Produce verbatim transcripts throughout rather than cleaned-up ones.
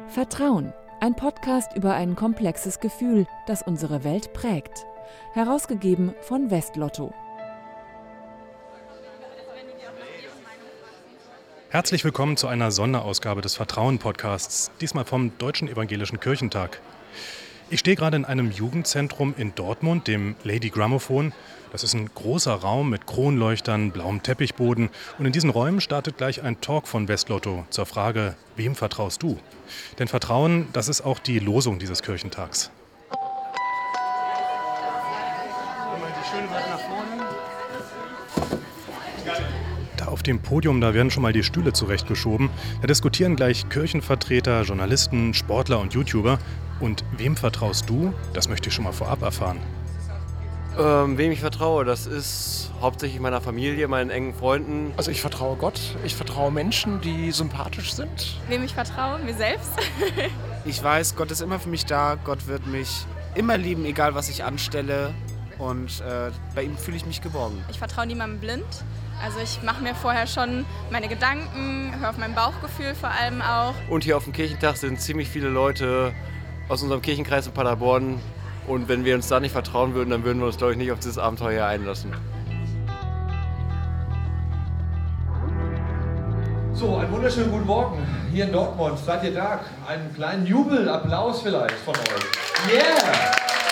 Vertrauen, ein Podcast über ein komplexes Gefühl, das unsere Welt prägt. Herausgegeben von Westlotto. Herzlich willkommen zu einer Sonderausgabe des Vertrauen-Podcasts, diesmal vom Deutschen Evangelischen Kirchentag. Ich stehe gerade in einem Jugendzentrum in Dortmund, dem Lady Grammophon. Das ist ein großer Raum mit Kronleuchtern, blauem Teppichboden. Und in diesen Räumen startet gleich ein Talk von Westlotto zur Frage, wem vertraust du? Denn Vertrauen, das ist auch die Losung dieses Kirchentags. Da auf dem Podium, da werden schon mal die Stühle zurechtgeschoben. Da diskutieren gleich Kirchenvertreter, Journalisten, Sportler und YouTuber. Und wem vertraust du? Das möchte ich schon mal vorab erfahren. Ähm, wem ich vertraue, das ist hauptsächlich meiner Familie, meinen engen Freunden. Also ich vertraue Gott, ich vertraue Menschen, die sympathisch sind. Wem ich vertraue? Mir selbst. Ich weiß, Gott ist immer für mich da, Gott wird mich immer lieben, egal was ich anstelle. Und äh, bei ihm fühle ich mich geborgen. Ich vertraue niemandem blind. Also ich mache mir vorher schon meine Gedanken, höre auf mein Bauchgefühl vor allem auch. Und hier auf dem Kirchentag sind ziemlich viele Leute aus unserem Kirchenkreis in Paderborn. Und wenn wir uns da nicht vertrauen würden, dann würden wir uns, glaube ich, nicht auf dieses Abenteuer einlassen. So, einen wunderschönen guten Morgen hier in Dortmund. Seid ihr da? Einen kleinen Jubel, Applaus vielleicht von euch. Yeah!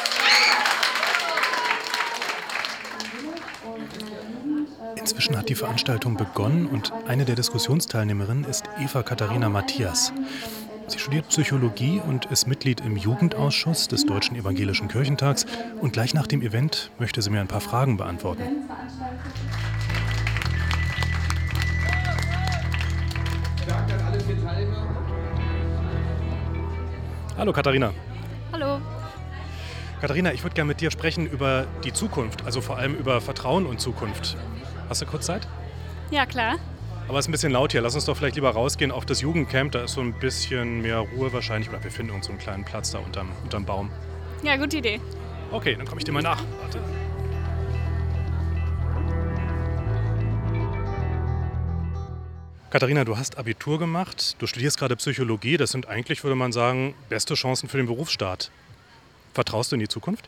Inzwischen hat die Veranstaltung begonnen und eine der Diskussionsteilnehmerinnen ist Eva Katharina Matthias. Sie studiert Psychologie und ist Mitglied im Jugendausschuss des Deutschen Evangelischen Kirchentags. Und gleich nach dem Event möchte sie mir ein paar Fragen beantworten. Danke an alle vier Teilnehmer. Hallo Katharina. Hallo. Katharina, ich würde gerne mit dir sprechen über die Zukunft, also vor allem über Vertrauen und Zukunft. Hast du kurz Zeit? Ja, klar. Aber es ist ein bisschen laut hier. Lass uns doch vielleicht lieber rausgehen auf das Jugendcamp. Da ist so ein bisschen mehr Ruhe wahrscheinlich. Oder wir finden uns so einen kleinen Platz da unterm, unterm Baum. Ja, gute Idee. Okay, dann komme ich dir mal nach. Warte. Katharina, du hast Abitur gemacht. Du studierst gerade Psychologie. Das sind eigentlich, würde man sagen, beste Chancen für den Berufsstart. Vertraust du in die Zukunft?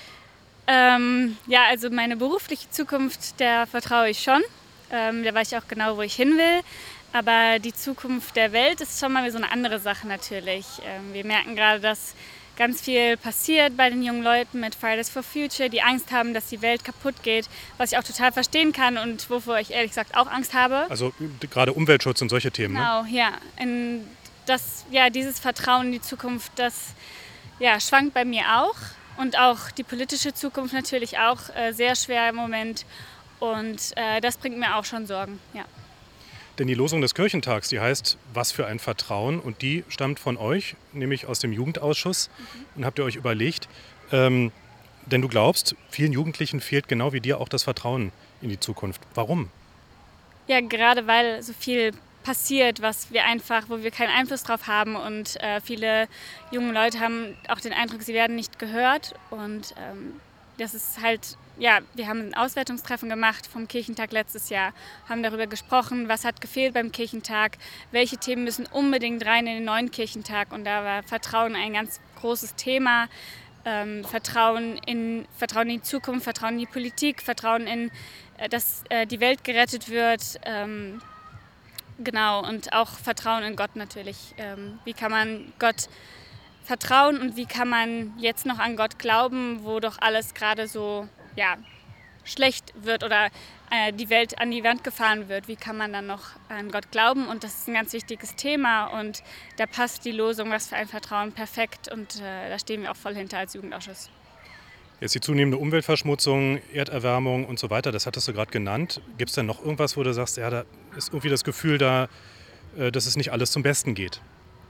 Ähm, ja, also meine berufliche Zukunft, der vertraue ich schon. Ähm, da weiß ich auch genau, wo ich hin will. Aber die Zukunft der Welt ist schon mal so eine andere Sache natürlich. Ähm, wir merken gerade, dass ganz viel passiert bei den jungen Leuten mit Fridays for Future, die Angst haben, dass die Welt kaputt geht, was ich auch total verstehen kann und wovor ich ehrlich gesagt auch Angst habe. Also gerade Umweltschutz und solche Themen, genau, ne? Genau, ja. In das, ja. Dieses Vertrauen in die Zukunft, das ja, schwankt bei mir auch. Und auch die politische Zukunft natürlich auch äh, sehr schwer im Moment. Und äh, das bringt mir auch schon Sorgen, ja. Denn die Losung des Kirchentags, die heißt, was für ein Vertrauen. Und die stammt von euch, nämlich aus dem Jugendausschuss. Mhm. Und habt ihr euch überlegt, ähm, denn du glaubst, vielen Jugendlichen fehlt genau wie dir auch das Vertrauen in die Zukunft. Warum? Ja, gerade weil so viel passiert, was wir einfach, wo wir keinen Einfluss drauf haben. Und äh, viele junge Leute haben auch den Eindruck, sie werden nicht gehört. Und ähm, das ist halt, ja, wir haben ein Auswertungstreffen gemacht vom Kirchentag letztes Jahr, haben darüber gesprochen, was hat gefehlt beim Kirchentag, welche Themen müssen unbedingt rein in den neuen Kirchentag. Und da war Vertrauen ein ganz großes Thema. Ähm, Vertrauen in, Vertrauen in die Zukunft, Vertrauen in die Politik, Vertrauen in, äh, dass äh, die Welt gerettet wird. Ähm, genau, und auch Vertrauen in Gott natürlich. Ähm, wie kann man Gott vertrauen und wie kann man jetzt noch an Gott glauben, wo doch alles gerade so ja, schlecht wird oder äh, die Welt an die Wand gefahren wird. Wie kann man dann noch an Gott glauben? Und das ist ein ganz wichtiges Thema und da passt die Losung, was für ein Vertrauen, perfekt und äh, da stehen wir auch voll hinter als Jugendausschuss. Jetzt die zunehmende Umweltverschmutzung, Erderwärmung und so weiter, das hattest du gerade genannt. Gibt es denn noch irgendwas, wo du sagst, ja, da ist irgendwie das Gefühl da, äh, dass es nicht alles zum Besten geht?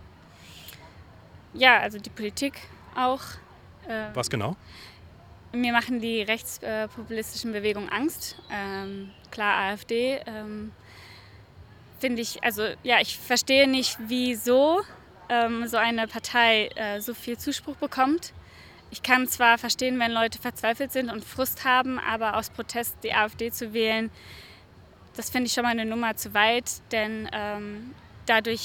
Ja, also die Politik auch. Äh, Was genau? Mir machen die rechtspopulistischen Bewegungen Angst. Ähm, klar, AfD. Ähm, finde ich, also ja, ich verstehe nicht, wieso ähm, so eine Partei äh, so viel Zuspruch bekommt. Ich kann zwar verstehen, wenn Leute verzweifelt sind und Frust haben, aber aus Protest die AfD zu wählen, das finde ich schon mal eine Nummer zu weit, denn ähm, dadurch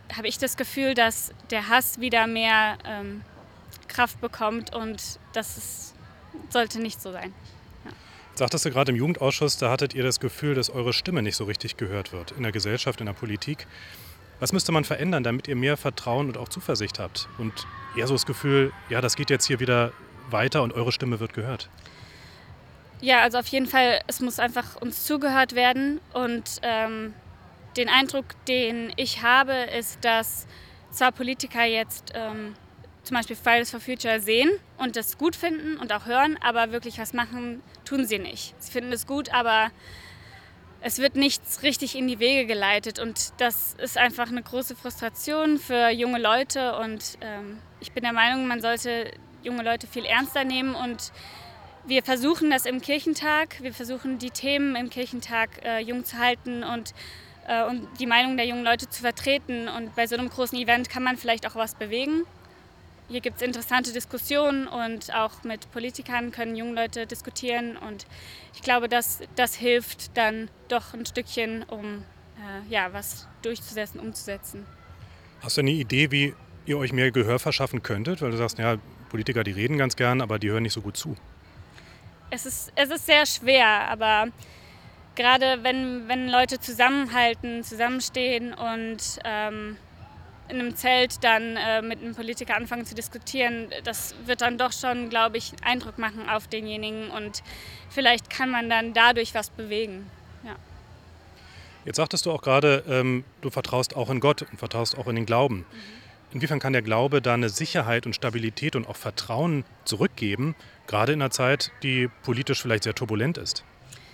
habe ich das Gefühl, dass der Hass wieder mehr ähm, Kraft bekommt und das ist, sollte nicht so sein. Ja. Sagtest du gerade im Jugendausschuss, da hattet ihr das Gefühl, dass eure Stimme nicht so richtig gehört wird in der Gesellschaft, in der Politik. Was müsste man verändern, damit ihr mehr Vertrauen und auch Zuversicht habt und eher so das Gefühl, ja, das geht jetzt hier wieder weiter und eure Stimme wird gehört? Ja, also auf jeden Fall, es muss einfach uns zugehört werden und ähm, den Eindruck, den ich habe, ist, dass zwar Politiker jetzt ähm, zum Beispiel Fridays for Future sehen und das gut finden und auch hören, aber wirklich was machen, tun sie nicht. Sie finden es gut, aber es wird nichts richtig in die Wege geleitet und das ist einfach eine große Frustration für junge Leute und ähm, ich bin der Meinung, man sollte junge Leute viel ernster nehmen und wir versuchen das im Kirchentag, wir versuchen die Themen im Kirchentag äh, jung zu halten und, äh, und die Meinung der jungen Leute zu vertreten und bei so einem großen Event kann man vielleicht auch was bewegen. Hier gibt es interessante Diskussionen und auch mit Politikern können junge Leute diskutieren und ich glaube, dass das hilft dann doch ein Stückchen, um äh, ja, was durchzusetzen, umzusetzen. Hast du eine Idee, wie ihr euch mehr Gehör verschaffen könntet? Weil du sagst, ja, Politiker, die reden ganz gern, aber die hören nicht so gut zu. Es ist, es ist sehr schwer, aber gerade wenn, wenn Leute zusammenhalten, zusammenstehen und ähm, in einem Zelt dann äh, mit einem Politiker anfangen zu diskutieren, das wird dann doch schon, glaube ich, Eindruck machen auf denjenigen und vielleicht kann man dann dadurch was bewegen. Ja. Jetzt sagtest du auch gerade, ähm, du vertraust auch in Gott und vertraust auch in den Glauben. Mhm. Inwiefern kann der Glaube da eine Sicherheit und Stabilität und auch Vertrauen zurückgeben, gerade in einer Zeit, die politisch vielleicht sehr turbulent ist?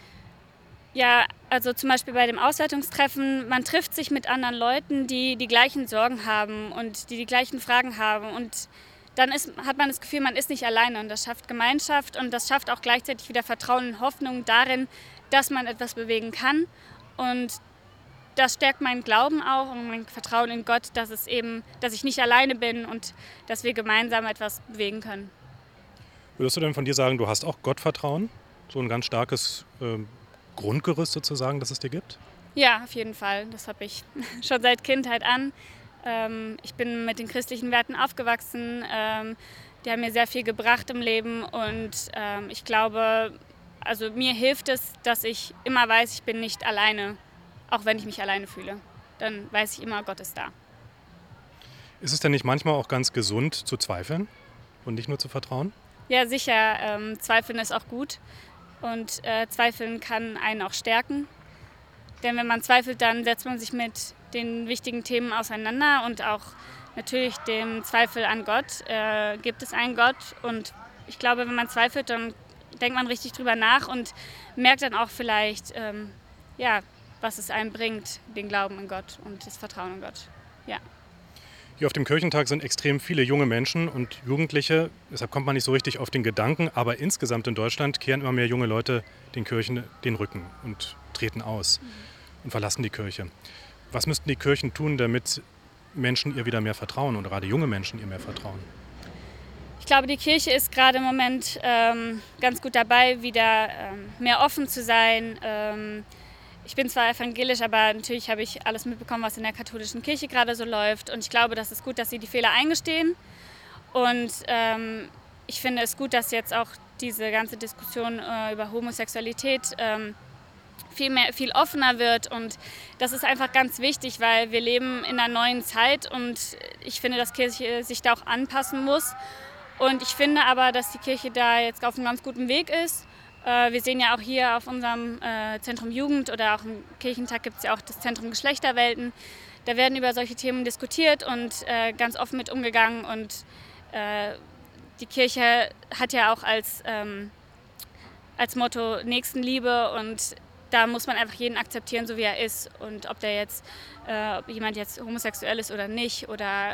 Ja, also zum Beispiel bei dem Auswertungstreffen, man trifft sich mit anderen Leuten, die die gleichen Sorgen haben und die die gleichen Fragen haben und dann ist, hat man das Gefühl, man ist nicht alleine und das schafft Gemeinschaft und das schafft auch gleichzeitig wieder Vertrauen und Hoffnung darin, dass man etwas bewegen kann und das stärkt meinen Glauben auch und mein Vertrauen in Gott, dass es eben, dass ich nicht alleine bin und dass wir gemeinsam etwas bewegen können. Würdest du denn von dir sagen, du hast auch Gottvertrauen? So ein ganz starkes äh, Grundgerüst sozusagen, das es dir gibt? Ja, auf jeden Fall. Das habe ich schon seit Kindheit an. Ähm, ich bin mit den christlichen Werten aufgewachsen. Ähm, die haben mir sehr viel gebracht im Leben und ähm, ich glaube, also mir hilft es, dass ich immer weiß, ich bin nicht alleine, auch wenn ich mich alleine fühle. Dann weiß ich immer, Gott ist da. Ist es denn nicht manchmal auch ganz gesund zu zweifeln und nicht nur zu vertrauen? Ja, sicher. Ähm, Zweifeln ist auch gut. Und äh, Zweifeln kann einen auch stärken. Denn wenn man zweifelt, dann setzt man sich mit den wichtigen Themen auseinander und auch natürlich dem Zweifel an Gott. Äh, gibt es einen Gott? Und ich glaube, wenn man zweifelt, dann denkt man richtig drüber nach und merkt dann auch vielleicht, ähm, ja, was es einem bringt, den Glauben an Gott und das Vertrauen in Gott. Ja. Hier auf dem Kirchentag sind extrem viele junge Menschen und Jugendliche. Deshalb kommt man nicht so richtig auf den Gedanken. Aber insgesamt in Deutschland kehren immer mehr junge Leute den Kirchen den Rücken und treten aus mhm. und verlassen die Kirche. Was müssten die Kirchen tun, damit Menschen ihr wieder mehr vertrauen und gerade junge Menschen ihr mehr vertrauen? Ich glaube, die Kirche ist gerade im Moment ähm, ganz gut dabei, wieder ähm, mehr offen zu sein. Ähm, Ich bin zwar evangelisch, aber natürlich habe ich alles mitbekommen, was in der katholischen Kirche gerade so läuft. Und ich glaube, das ist gut, dass sie die Fehler eingestehen. Und ähm, ich finde es gut, dass jetzt auch diese ganze Diskussion äh, über Homosexualität ähm, viel mehr, viel offener wird. Und das ist einfach ganz wichtig, weil wir leben in einer neuen Zeit. Und ich finde, dass Kirche sich da auch anpassen muss. Und ich finde aber, dass die Kirche da jetzt auf einem ganz guten Weg ist. Wir sehen ja auch hier auf unserem Zentrum Jugend oder auch im Kirchentag gibt es ja auch das Zentrum Geschlechterwelten. Da werden über solche Themen diskutiert und ganz offen mit umgegangen. Und die Kirche hat ja auch als, als Motto Nächstenliebe und da muss man einfach jeden akzeptieren, so wie er ist. Und ob der jetzt, ob jemand jetzt homosexuell ist oder nicht oder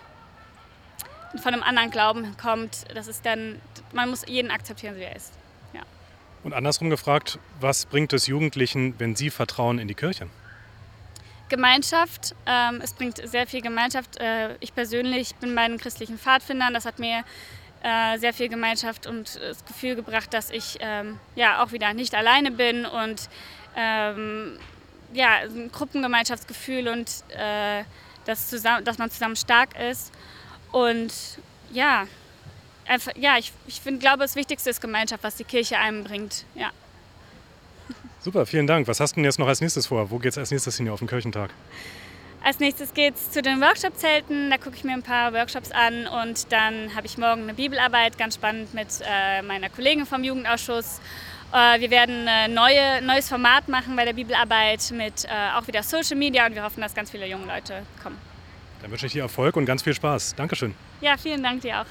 von einem anderen Glauben kommt, das ist dann, man muss jeden akzeptieren, so wie er ist. Und andersrum gefragt, was bringt es Jugendlichen, wenn sie vertrauen in die Kirche? Gemeinschaft. Ähm, es bringt sehr viel Gemeinschaft. Äh, ich persönlich bin bei den christlichen Pfadfindern. Das hat mir äh, sehr viel Gemeinschaft und das Gefühl gebracht, dass ich ähm, ja auch wieder nicht alleine bin und ähm, ja, ein Gruppengemeinschaftsgefühl und äh, dass, zusammen, dass man zusammen stark ist. Und ja, einfach, ja ich, ich find, glaube, das Wichtigste ist Gemeinschaft, was die Kirche einem bringt. Ja. Super, vielen Dank. Was hast du denn jetzt noch als nächstes vor? Wo geht es als nächstes hin auf den Kirchentag? Als nächstes geht es zu den Workshop-Zelten. Da gucke ich mir ein paar Workshops an und dann habe ich morgen eine Bibelarbeit, ganz spannend, mit äh, meiner Kollegin vom Jugendausschuss. Äh, wir werden ein neue, neues Format machen bei der Bibelarbeit mit äh, auch wieder Social Media und wir hoffen, dass ganz viele junge Leute kommen. Dann wünsche ich dir Erfolg und ganz viel Spaß. Dankeschön. Ja, vielen Dank dir auch.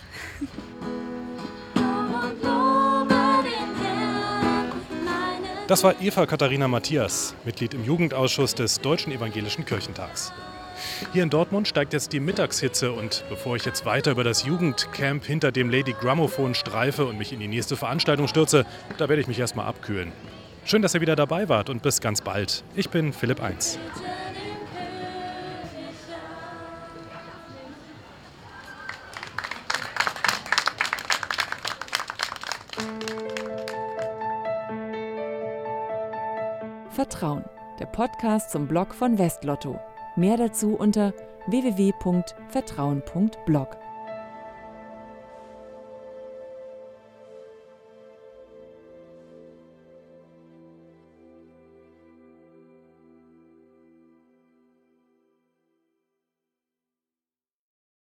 Das war Eva Katharina Matthias, Mitglied im Jugendausschuss des Deutschen Evangelischen Kirchentags. Hier in Dortmund steigt jetzt die Mittagshitze und bevor ich jetzt weiter über das Jugendcamp hinter dem Lady Gramophone streife und mich in die nächste Veranstaltung stürze, da werde ich mich erstmal abkühlen. Schön, dass ihr wieder dabei wart und bis ganz bald. Ich bin Philipp Eins. Vertrauen, der Podcast zum Blog von Westlotto. Mehr dazu unter w w w punkt vertrauen punkt blog.